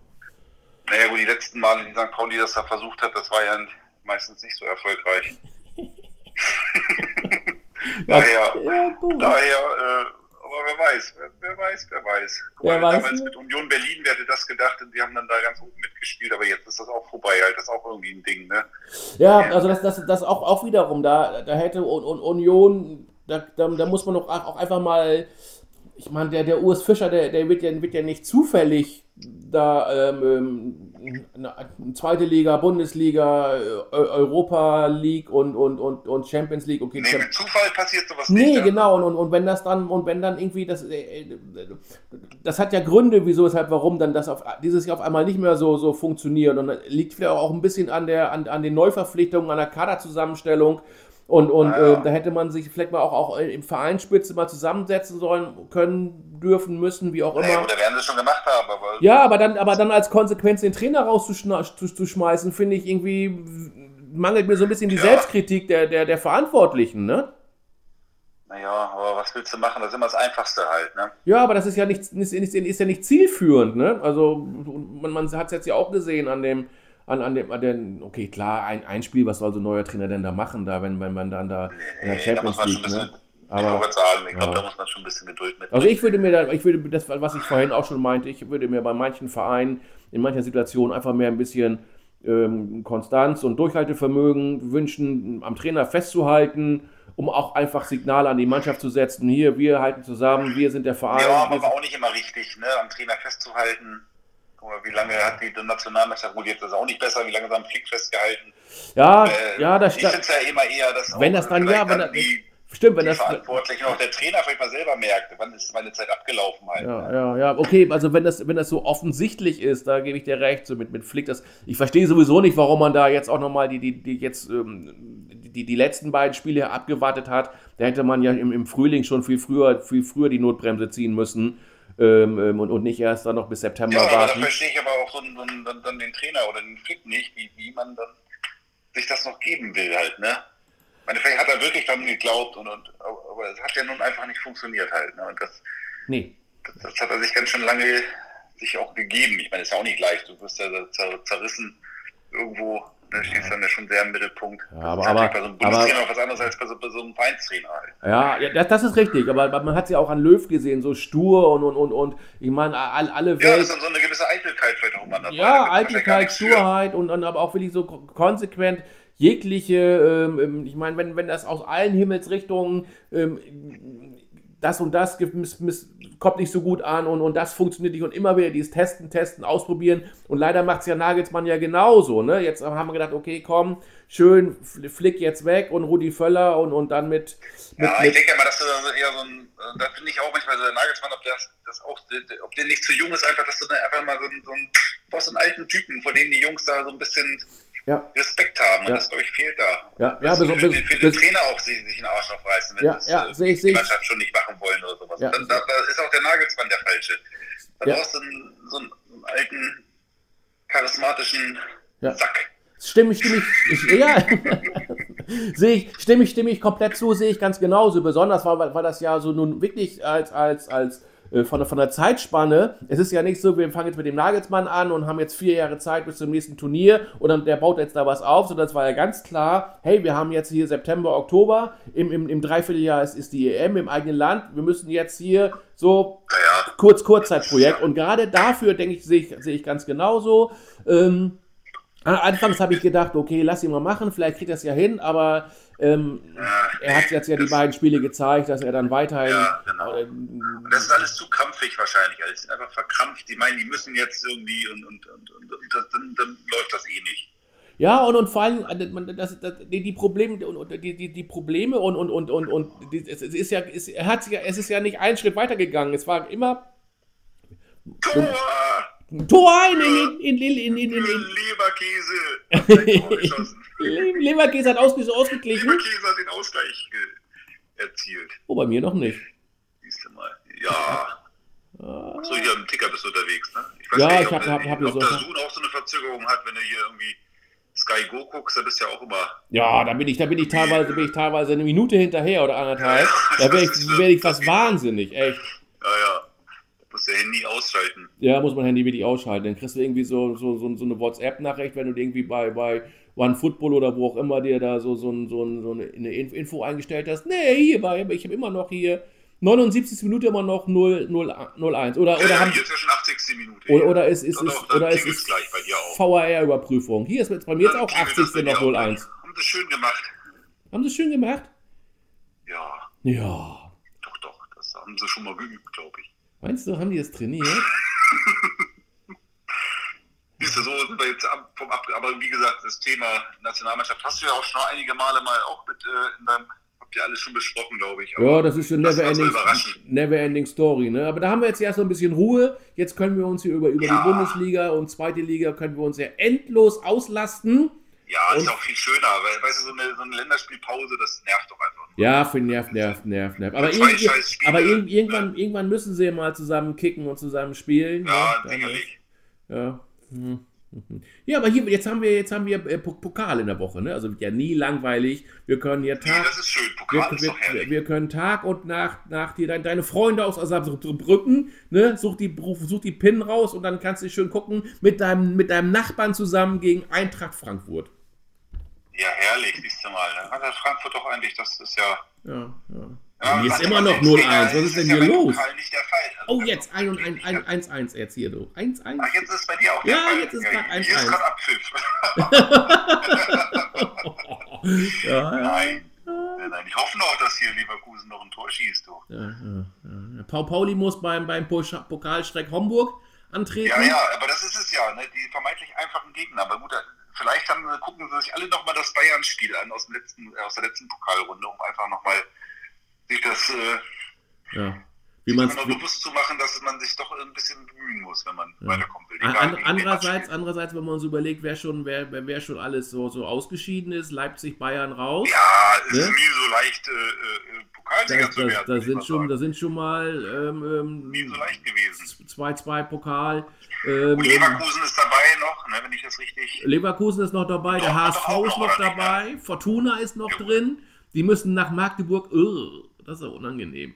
Naja gut, die letzten Male, die St. Pauli das da versucht hat, das war ja meistens nicht so erfolgreich. Aber wer weiß. Guck mal, damals mit Union Berlin, wer hätte das gedacht, die haben dann da ganz oben mitgespielt, aber jetzt ist das auch vorbei, halt, das ist auch irgendwie ein Ding, ne? Ja, also das auch wiederum, da hätte Union, da muss man doch auch einfach mal, ich meine, der Urs Fischer, der wird ja nicht zufällig da zweite Liga, Bundesliga, Europa League und Champions League. Okay, nee, mit Zufall passiert sowas nicht. Nee, genau, und wenn dann irgendwie das hat ja Gründe, wieso, weshalb, warum dann das dieses Jahr auf einmal nicht mehr so funktioniert. Und das liegt vielleicht auch ein bisschen an den Neuverpflichtungen, an der Kaderzusammenstellung. Und da hätte man sich vielleicht mal auch im Vereinsspitze mal zusammensetzen sollen, dürfen, müssen, wie auch immer. Oder werden sie schon gemacht haben. Aber dann als Konsequenz den Trainer rauszuschmeißen, finde ich irgendwie, mangelt mir so ein bisschen die Selbstkritik der Verantwortlichen, ne? Naja, aber was willst du machen? Das ist immer das Einfachste halt, ne? Ja, aber das ist ja nicht zielführend, ne? Also man hat es jetzt ja auch gesehen an dem, okay, klar, ein Spiel, was soll so ein neuer Trainer denn da machen, wenn man dann da in der Champions League, ne? Aber ich glaube, da muss man schon ein bisschen Geduld mit. Also ich würde das, was ich vorhin auch schon meinte, ich würde mir bei manchen Vereinen, in mancher Situation einfach mehr ein bisschen Konstanz und Durchhaltevermögen wünschen, am Trainer festzuhalten, um auch einfach Signale an die Mannschaft zu setzen, hier, wir halten zusammen, wir sind der Verein. Ja, aber war auch nicht immer richtig, ne, am Trainer festzuhalten. Wie lange hat die Nationalmannschaft, gut, jetzt ist es auch nicht besser, wie lange ist am Flick festgehalten? Ja, das stimmt. Ich finde es ja immer eher, dass wenn das dann, wenn das Verantwortlichen, auch der Trainer vielleicht mal selber merkt, wann ist meine Zeit abgelaufen halt. Ja, okay, also wenn das so offensichtlich ist, da gebe ich dir recht, so mit Flick, ich verstehe sowieso nicht, warum man da jetzt auch nochmal die letzten beiden Spiele abgewartet hat. Da hätte man ja im Frühling schon viel früher die Notbremse ziehen müssen. Und nicht erst dann noch bis September warten. Ja, da verstehe ich aber auch dann den Trainer oder den Flick nicht, wie man dann sich das noch geben will halt, ne? Ich meine, vielleicht hat er wirklich dann geglaubt, aber es hat ja nun einfach nicht funktioniert halt, ne? Und das hat er sich ganz schön lange sich auch gegeben. Ich meine, das ist ja auch nicht leicht, du wirst ja zerrissen irgendwo. Da stehst dann ja schon sehr im Mittelpunkt. Ja, aber bei so einem Bundestrainer auch was anderes als bei so einem Vereinstrainer halt. Ja, das ist richtig, aber man hat es ja auch an Löw gesehen, so stur und ich meine, alle Welt. Ja, das ist dann so eine gewisse Eitelkeit vielleicht auch mal dabei. Ja, Eitelkeit, Sturheit und aber auch wirklich so konsequent jegliche, ich meine, wenn das aus allen Himmelsrichtungen das und das kommt nicht so gut an und das funktioniert nicht und immer wieder dieses Testen, ausprobieren und leider macht es ja Nagelsmann ja genauso, ne? Jetzt haben wir gedacht, okay, komm, schön, Flick jetzt weg und Rudi Völler und dann mit ich denke ja mal, dass du eher da finde ich auch manchmal so der Nagelsmann, ob der nicht zu jung ist, einfach, dass du dann einfach mal so einen alten Typen, vor dem die Jungs da so ein bisschen Respekt haben und das, glaube ich, fehlt da. Für den Trainer auch sich den Arsch aufreißen, wenn die Mannschaft schon nicht machen wollen oder sowas. Da ist auch der Nagelsmann der Falsche. Da brauchst du so einen alten, charismatischen Sack. Stimme ich komplett zu, sehe ich ganz genauso. Besonders weil das ja so nun wirklich als von der Zeitspanne, es ist ja nicht so, wir fangen jetzt mit dem Nagelsmann an und haben jetzt 4 Jahre Zeit bis zum nächsten Turnier und dann der baut jetzt da was auf, sondern es war ja ganz klar, hey, wir haben jetzt hier September, Oktober, im Dreivierteljahr ist die EM im eigenen Land, wir müssen jetzt hier so Kurzzeitprojekt und gerade dafür, denke ich, sehe ich ganz genauso. Anfangs habe ich gedacht, okay, lass ihn mal machen, vielleicht kriegt er es ja hin, aber er hat jetzt ja die beiden Spiele gezeigt, dass er dann weiterhin... Ja, genau. Das ist alles zu krampfig wahrscheinlich. Alles sind einfach verkrampft. Die meinen, die müssen jetzt irgendwie und dann läuft das eh nicht. Ja, und vor allem die Probleme es ist ja nicht einen Schritt weitergegangen. Es war immer... Tor in Leverkäse. Leverkäse hat ausgeglichen. Leverkäse hat den Ausgleich erzielt. Oh, bei mir noch nicht. Siehst du mal. Ja. Achso, hier im Ticker bist du unterwegs, ne? Ich weiß nicht, ob der Zoom auch so eine Verzögerung hat, wenn du hier irgendwie Sky Go guckst, da bist du ja auch immer... Ja, da bin ich teilweise eine Minute hinterher oder anderthalb. Da werde ich fast wahnsinnig, echt. Ja. Muss der Handy ausschalten. Ja, muss man Handy wirklich ausschalten. Dann kriegst du irgendwie so eine WhatsApp-Nachricht, wenn du irgendwie bei OneFootball oder wo auch immer dir da so eine Info eingestellt hast. Nee, ich habe immer noch hier 79. Minute immer noch 0-1. Oder Ja, haben, jetzt ja schon 80. Minute. oder es ist gleich bei dir auch. VAR-Überprüfung. Hier ist jetzt bei mir jetzt auch 80. noch 0-1. Haben sie schön gemacht. Haben sie es schön gemacht? Ja. Ja. Doch, das haben sie schon mal geübt, glaube ich. Meinst du, haben die das trainiert? Siehst du, so sind wir jetzt aber wie gesagt, das Thema Nationalmannschaft hast du ja auch schon einige Male mal auch mit in deinem, habt ihr alles schon besprochen, glaube ich. Aber ja, das ist schon never-ending Story, ne? Aber da haben wir jetzt erst so ein bisschen Ruhe. Jetzt können wir uns hier über die Bundesliga und zweite Liga können wir uns ja endlos auslasten. Ja, ist auch viel schöner, weil, weißt du, so eine Länderspielpause, das nervt doch einfach nur. Ja, nervt. Aber irgendwann müssen sie ja mal zusammen kicken und zusammen spielen. Ja, sicherlich. Ja. Ja, aber jetzt haben wir Pokal in der Woche, ne? Also ja nie langweilig. Wir können ja das ist schön. Pokal ist doch herrlich. Wir können Tag und Nacht dir deine Freunde aus Osnabrücken, ne? Such die PIN raus und dann kannst du schön gucken mit deinem Nachbarn zusammen gegen Eintracht Frankfurt. Ja, herrlich, siehst du mal. Dann hat der Frankfurt doch eigentlich, das ist ja. Hier ist immer noch 0-1. Was ist denn hier los? Nicht der Fall. Oh, jetzt 1-1 jetzt hier, du. 1-1. Ach, jetzt ist es bei dir auch der Fall. Ja, jetzt ist gerade 1-1. Hier ist gerade Abpfiff. Nein. Ich hoffe noch, dass hier Leverkusen noch ein Tor schießt, du. Ja. Pauli muss beim Pokalstreck Homburg antreten. Ja, aber das ist es ja, ne? Die vermeintlich einfachen Gegner. Aber gut, vielleicht gucken sie sich alle nochmal das Bayern-Spiel an aus der letzten Pokalrunde, um einfach nochmal sich das bewusst zu machen, dass man sich doch ein bisschen bemühen muss, wenn man weiterkommen will. Andererseits, wenn man uns überlegt, wer schon alles so ausgeschieden ist, Leipzig, Bayern raus. Ja, es ist nie so leicht, Pokalsieger zu werden. Da sind schon mal nie so leicht gewesen. 2-2 Pokal. Und Leverkusen ist dabei noch, ne, wenn ich das richtig... Leverkusen ist noch dabei, der HSV ist noch dabei, Fortuna ist noch drin. Die müssen nach Magdeburg. Das ist ja unangenehm.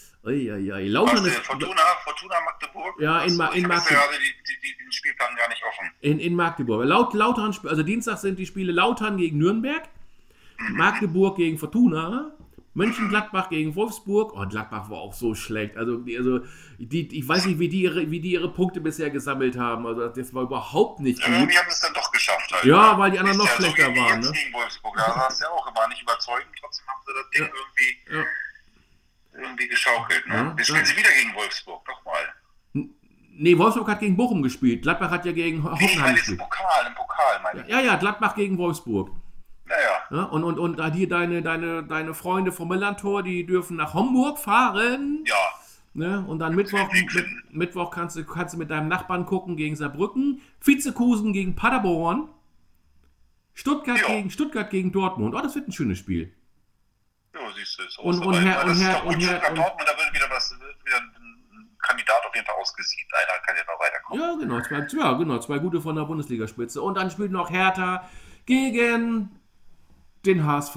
Fortuna Magdeburg? Ja, in Magdeburg. Den Spielplan gar nicht offen. In Magdeburg. Lautern, also Dienstag sind die Spiele Lautern gegen Nürnberg, Magdeburg gegen Fortuna, Mönchengladbach gegen Wolfsburg. Oh, Gladbach war auch so schlecht. Also ich weiß nicht, wie die ihre Punkte bisher gesammelt haben. Also das war überhaupt nicht gut. Die haben es dann doch geschafft. Halt. Ja, weil die anderen noch schlechter waren. Ne? Gegen Wolfsburg. Da hast du ja auch, war nicht überzeugend. Trotzdem haben sie das Ding irgendwie geschaukelt. Ne? Ja, wir spielen sie wieder gegen Wolfsburg. Nochmal. Nee, Wolfsburg hat gegen Bochum gespielt. Gladbach hat ja gegen Hoffenheim gespielt. Im Pokal meine ich. Ja, Gladbach gegen Wolfsburg. Ja. Und hier deine Freunde vom Millantor, die dürfen nach Homburg fahren. Ja. Ne? Und dann Mittwoch kannst du mit deinem Nachbarn gucken gegen Saarbrücken. Vizekusen gegen Paderborn. Stuttgart gegen Dortmund. Oh, das wird ein schönes Spiel. Ja, siehst du. Und Dortmund, da wird wieder ein Kandidat auf jeden Fall ausgesiebt. Einer kann ja noch weiterkommen. Ja, genau. Zwei gute von der Bundesligaspitze. Und dann spielt noch Hertha gegen den HSV.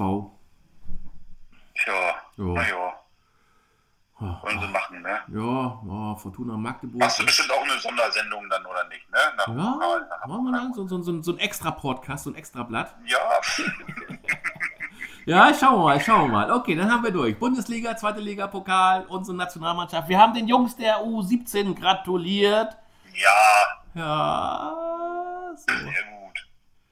Tja, naja. Wollen sie machen, ne? Ja, Fortuna Magdeburg. Machst du bestimmt auch eine Sondersendung dann, oder nicht, ne? Wollen wir dann so ein extra Podcast, so ein extra Blatt? Ja. Ja, schauen wir mal. Okay, dann haben wir durch. Bundesliga, zweite Liga, Pokal, unsere Nationalmannschaft. Wir haben den Jungs der U17 gratuliert. Ja. So. Sehr gut.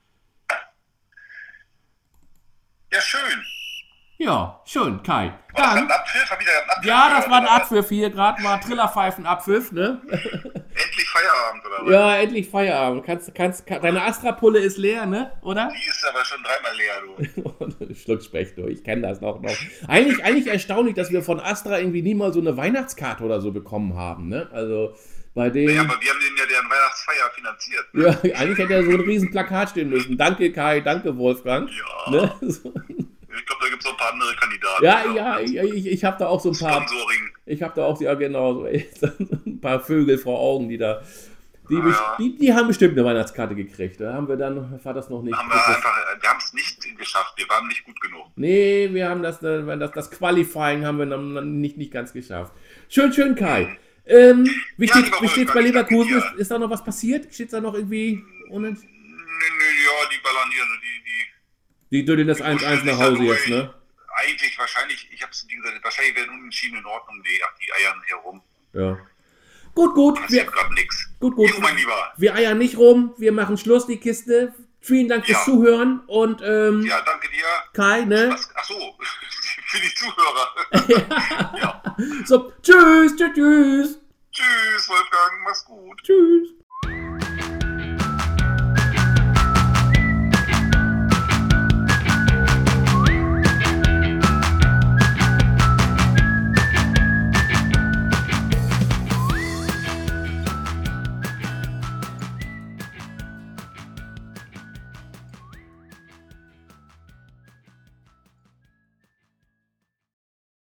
Ja, schön. Ja, schön, Kai. War das ein Abpfiff? Ja, das war ein Abpfiff hier, gerade mal Trillerpfeifen-Abpfiff, ne? Endlich Feierabend, oder was? Ja, endlich Feierabend. Deine Astra-Pulle ist leer, ne? Oder? Die ist aber schon dreimal leer, du. Schluckspecht, du. Ich kenne das noch. Eigentlich erstaunlich, dass wir von Astra irgendwie nie mal so eine Weihnachtskarte oder so bekommen haben, ne? Also bei denen... Ja, aber wir haben denen ja deren Weihnachtsfeier finanziert. Ne? Ja, eigentlich hätte ja so ein riesen Plakat stehen müssen. Danke Kai, danke Wolfgang. Ja. Ne? Ich glaube, da gibt es noch ein paar andere Kandidaten. Ja, ich habe da auch so ein paar... Sponsoring. Ich habe da auch, ja genau, so ein paar Vögel vor Augen, die haben bestimmt eine Weihnachtskarte gekriegt. Da war das noch nicht. Wir haben es nicht geschafft, wir waren nicht gut genug. Nee, wir haben das Qualifying haben wir nicht ganz geschafft. Schön, Kai. Wie steht's bei Leverkusen? Ist da noch was passiert? Steht's da noch irgendwie unentschieden? Ja, die ballern hier, die dödeln das 1-1 nach Hause jetzt, ne? Eigentlich, wahrscheinlich, ich hab's gesagt, wahrscheinlich werden Unentschieden in Ordnung, die eiern herum. Ja. Gut. Passiert gerade nichts. Gut. Jo, mein Lieber. Wir eiern nicht rum, wir machen Schluss, die Kiste. Vielen Dank fürs Zuhören und ja, danke dir. Kai, ne? Achso, für die Zuhörer. Ja. So, tschüss. Tschüss, Wolfgang, mach's gut. Tschüss.